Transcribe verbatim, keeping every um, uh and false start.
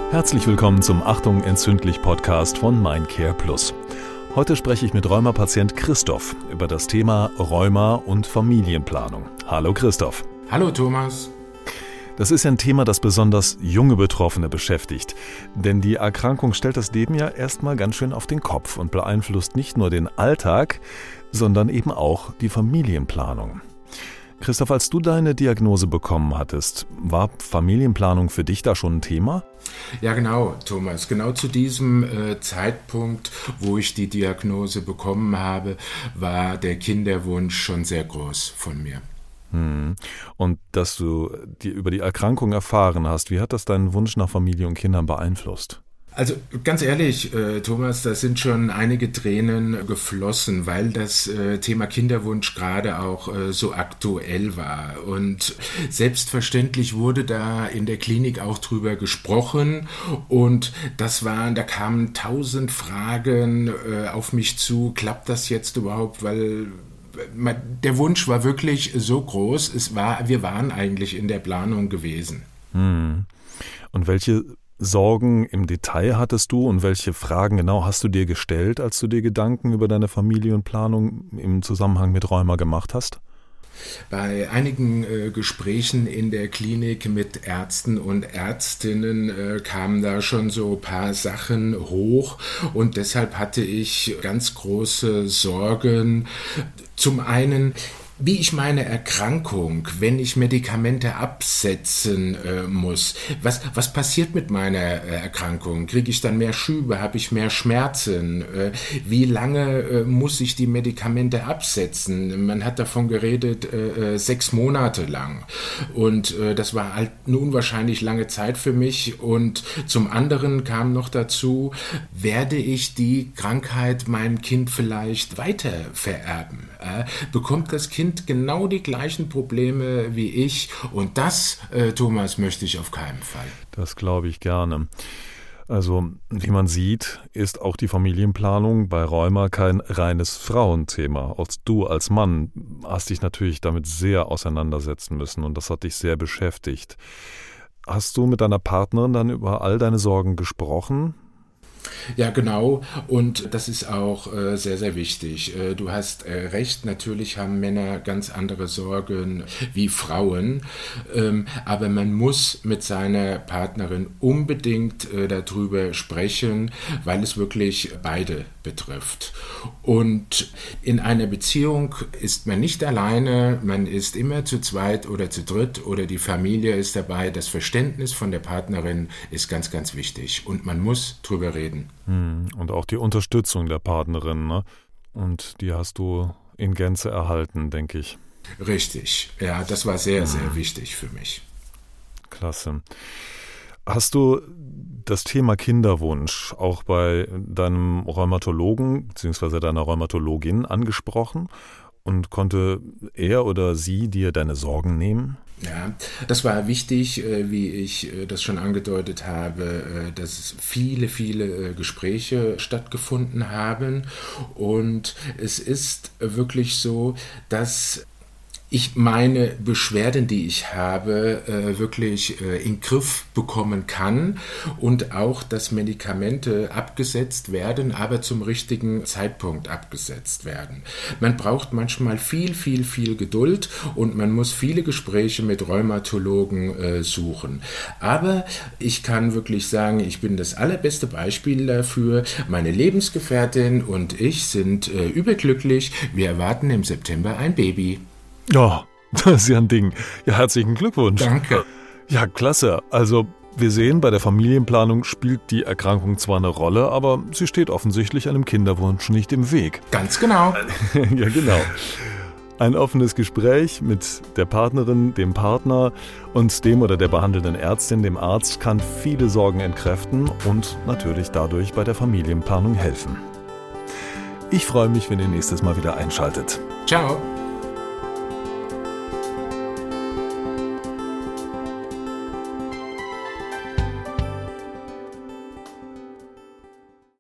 Herzlich willkommen zum Achtung entzündlich Podcast von Mindcare Plus. Heute spreche ich mit Rheuma-Patient Christoph über das Thema Rheuma und Familienplanung. Hallo Christoph. Hallo Thomas. Das ist ein Thema, das besonders junge Betroffene beschäftigt. Denn die Erkrankung stellt das Leben ja erstmal ganz schön auf den Kopf und beeinflusst nicht nur den Alltag, sondern eben auch die Familienplanung. Christoph, als du deine Diagnose bekommen hattest, war Familienplanung für dich da schon ein Thema? Ja, genau, Thomas. Genau zu diesem äh, Zeitpunkt, wo ich die Diagnose bekommen habe, war der Kinderwunsch schon sehr groß von mir. Hm. Und dass du die, über die Erkrankung erfahren hast, wie hat das deinen Wunsch nach Familie und Kindern beeinflusst? Also ganz ehrlich, äh, Thomas, da sind schon einige Tränen geflossen, weil das äh, Thema Kinderwunsch gerade auch äh, so aktuell war. Und selbstverständlich wurde da in der Klinik auch drüber gesprochen. Und das waren, da kamen tausend Fragen äh, auf mich zu. Klappt das jetzt überhaupt? Weil der Wunsch war wirklich so groß. Es war, wir waren eigentlich in der Planung gewesen. Hm. Und welche Sorgen im Detail hattest du und welche Fragen genau hast du dir gestellt, als du dir Gedanken über deine Familienplanung im Zusammenhang mit Rheuma gemacht hast? Bei einigen äh, Gesprächen in der Klinik mit Ärzten und Ärztinnen äh, kamen da schon so ein paar Sachen hoch und deshalb hatte ich ganz große Sorgen. Zum einen, wie ich meine Erkrankung, wenn ich Medikamente absetzen äh, muss, was, was passiert mit meiner äh, Erkrankung? Kriege ich dann mehr Schübe? Habe ich mehr Schmerzen? Äh, wie lange äh, muss ich die Medikamente absetzen? Man hat davon geredet, äh, äh, sechs Monate lang. Und äh, das war halt eine unwahrscheinlich lange Zeit für mich. Und zum anderen kam noch dazu, werde ich die Krankheit meinem Kind vielleicht weiter vererben? Äh, bekommt das Kind genau die gleichen Probleme wie ich und das, äh, Thomas, möchte ich auf keinen Fall. Das glaube ich gerne. Also, wie man sieht, ist auch die Familienplanung bei Rheuma kein reines Frauenthema. Auch du als Mann hast dich natürlich damit sehr auseinandersetzen müssen und das hat dich sehr beschäftigt. Hast du mit deiner Partnerin dann über all deine Sorgen gesprochen? Ja, genau. Und das ist auch äh, sehr, sehr wichtig. Äh, du hast äh, recht, natürlich haben Männer ganz andere Sorgen wie Frauen. Ähm, aber man muss mit seiner Partnerin unbedingt äh, darüber sprechen, weil es wirklich beide betrifft. Und in einer Beziehung ist man nicht alleine, man ist immer zu zweit oder zu dritt oder die Familie ist dabei. Das Verständnis von der Partnerin ist ganz, ganz wichtig. Und man muss drüber reden. Und auch die Unterstützung der Partnerin, ne? Und die hast du in Gänze erhalten, denke ich. Richtig, ja, das war sehr, sehr wichtig für mich. Klasse. Hast du das Thema Kinderwunsch auch bei deinem Rheumatologen bzw. deiner Rheumatologin angesprochen? Und konnte er oder sie dir deine Sorgen nehmen? Ja, das war wichtig, wie ich das schon angedeutet habe, dass viele, viele Gespräche stattgefunden haben. Und es ist wirklich so, dass ich meine Beschwerden, die ich habe, äh, wirklich äh, in den Griff bekommen kann und auch, dass Medikamente abgesetzt werden, aber zum richtigen Zeitpunkt abgesetzt werden. Man braucht manchmal viel, viel, viel Geduld und man muss viele Gespräche mit Rheumatologen äh, suchen. Aber ich kann wirklich sagen, ich bin das allerbeste Beispiel dafür. Meine Lebensgefährtin und ich sind äh, überglücklich. Wir erwarten im September ein Baby. Ja, das ist ja ein Ding. Ja, herzlichen Glückwunsch. Danke. Ja, klasse. Also wir sehen, bei der Familienplanung spielt die Erkrankung zwar eine Rolle, aber sie steht offensichtlich einem Kinderwunsch nicht im Weg. Ganz genau. Ja, genau. Ein offenes Gespräch mit der Partnerin, dem Partner und dem oder der behandelnden Ärztin, dem Arzt, kann viele Sorgen entkräften und natürlich dadurch bei der Familienplanung helfen. Ich freue mich, wenn ihr nächstes Mal wieder einschaltet. Ciao.